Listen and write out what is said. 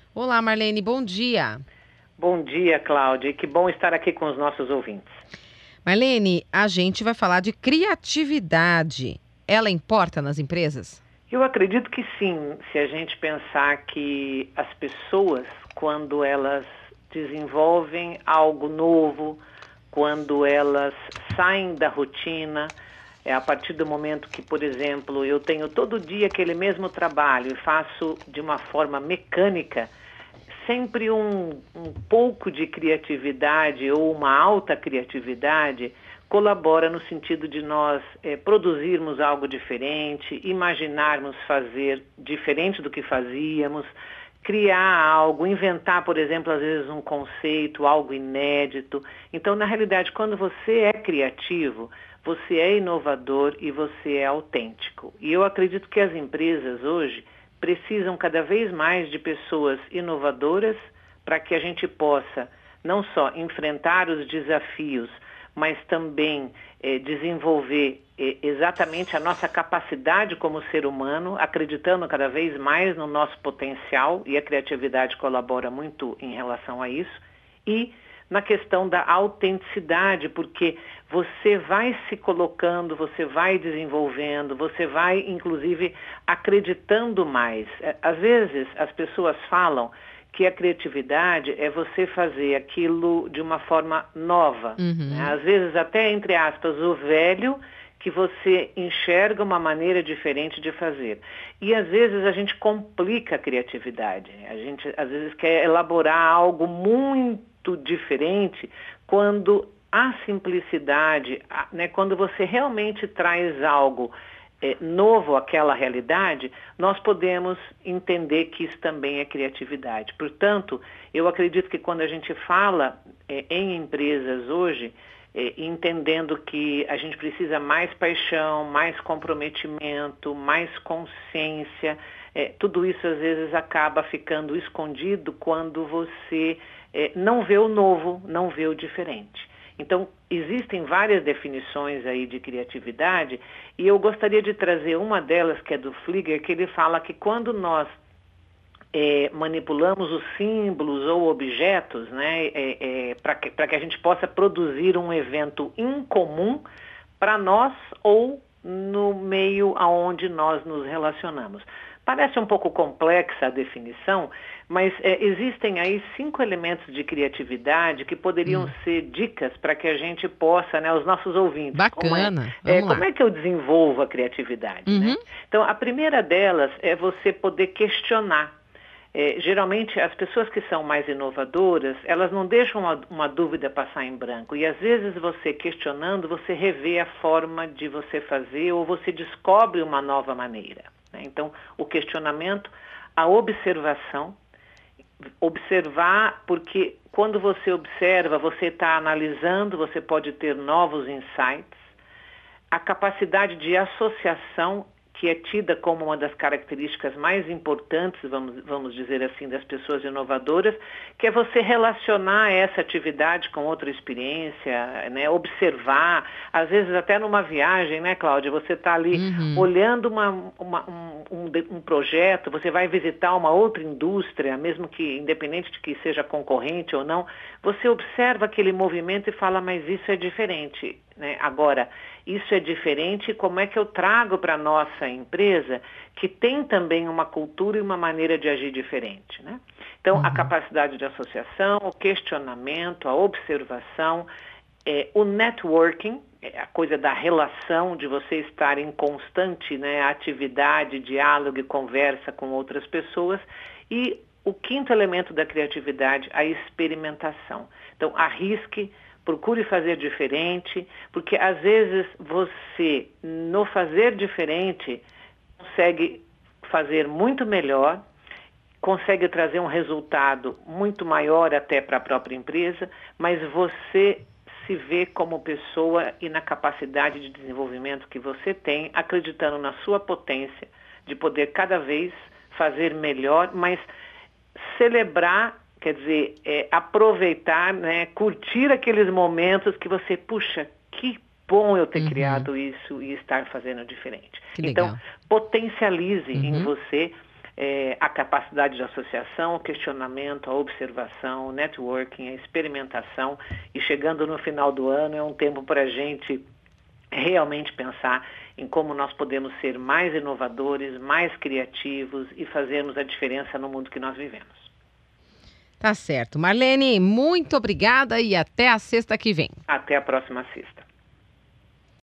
Olá, Marlene, bom dia. Bom dia, Cláudia. Que bom estar aqui com os nossos ouvintes. Marlene, a gente vai falar de criatividade. Ela importa nas empresas? Eu acredito que sim, se a gente pensar que as pessoas, quando elas desenvolvem algo novo, quando elas saem da rotina, é a partir do momento que, por exemplo, eu tenho todo dia aquele mesmo trabalho e faço de uma forma mecânica, sempre um pouco de criatividade ou uma alta criatividade colabora no sentido de nós produzirmos algo diferente, imaginarmos fazer diferente do que fazíamos, criar algo, inventar, por exemplo, às vezes um conceito, algo inédito. Então, na realidade, quando você é criativo, você é inovador e você é autêntico. E eu acredito que as empresas hoje precisam cada vez mais de pessoas inovadoras para que a gente possa não só enfrentar os desafios, mas também desenvolver exatamente a nossa capacidade como ser humano, acreditando cada vez mais no nosso potencial, e a criatividade colabora muito em relação a isso, e na questão da autenticidade, porque você vai se colocando, você vai desenvolvendo, você vai, inclusive, acreditando mais. Às vezes, as pessoas falam que a criatividade é você fazer aquilo de uma forma nova, né? Às vezes, até, entre aspas, o velho que você enxerga uma maneira diferente de fazer. E, às vezes, a gente complica a criatividade. A gente, às vezes, quer elaborar algo muito diferente quando a simplicidade, né, quando você realmente traz algo novo àquela realidade, nós podemos entender que isso também é criatividade. Portanto, eu acredito que quando a gente fala em empresas hoje, entendendo que a gente precisa mais paixão, mais comprometimento, mais consciência, tudo isso às vezes acaba ficando escondido quando você não vê o novo, não vê o diferente. Então, existem várias definições aí de criatividade e eu gostaria de trazer uma delas, que é do Flieger, que ele fala que quando nós manipulamos os símbolos ou objetos, né, para que a gente possa produzir um evento incomum para nós ou no meio aonde nós nos relacionamos. Parece um pouco complexa a definição, mas existem aí 5 elementos de criatividade que poderiam ser dicas para que a gente possa, né, os nossos ouvintes, Bacana, vamos como lá. é que eu desenvolvo a criatividade, né? Então, a primeira delas é você poder questionar. Geralmente, as pessoas que são mais inovadoras, elas não deixam uma dúvida passar em branco. E, às vezes, você questionando, você revê a forma de você fazer ou você descobre uma nova maneira, né? Então, o questionamento, a observação, observar, porque quando você observa, você está analisando, você pode ter novos insights. A capacidade de associação, que é tida como uma das características mais importantes, vamos dizer assim, das pessoas inovadoras, que é você relacionar essa atividade com outra experiência, né? Observar, às vezes até numa viagem, né, Cláudia? Você está ali olhando um projeto, você vai visitar uma outra indústria, mesmo que independente de que seja concorrente ou não, você observa aquele movimento e fala, mas isso é diferente, né? Agora, isso é diferente, como é que eu trago para a nossa empresa, que tem também uma cultura e uma maneira de agir diferente, né? Então, a capacidade de associação, o questionamento, a observação, o networking, a coisa da relação, de você estar em constante, né, atividade, diálogo e conversa com outras pessoas, e o quinto elemento da criatividade, a experimentação. Então, arrisque, procure fazer diferente, porque às vezes você, no fazer diferente, consegue fazer muito melhor, consegue trazer um resultado muito maior até para a própria empresa, mas você se vê como pessoa e na capacidade de desenvolvimento que você tem, acreditando na sua potência de poder cada vez fazer melhor, mas celebrar, quer dizer, aproveitar, né, curtir aqueles momentos que você, puxa, que bom eu ter criado isso e estar fazendo diferente. Que Então, legal. potencialize em você a capacidade de associação, o questionamento, a observação, o networking, a experimentação, e chegando no final do ano é um tempo para a gente realmente pensar em como nós podemos ser mais inovadores, mais criativos e fazermos a diferença no mundo que nós vivemos. Tá certo. Marlene, muito obrigada e até a sexta que vem. Até a próxima sexta.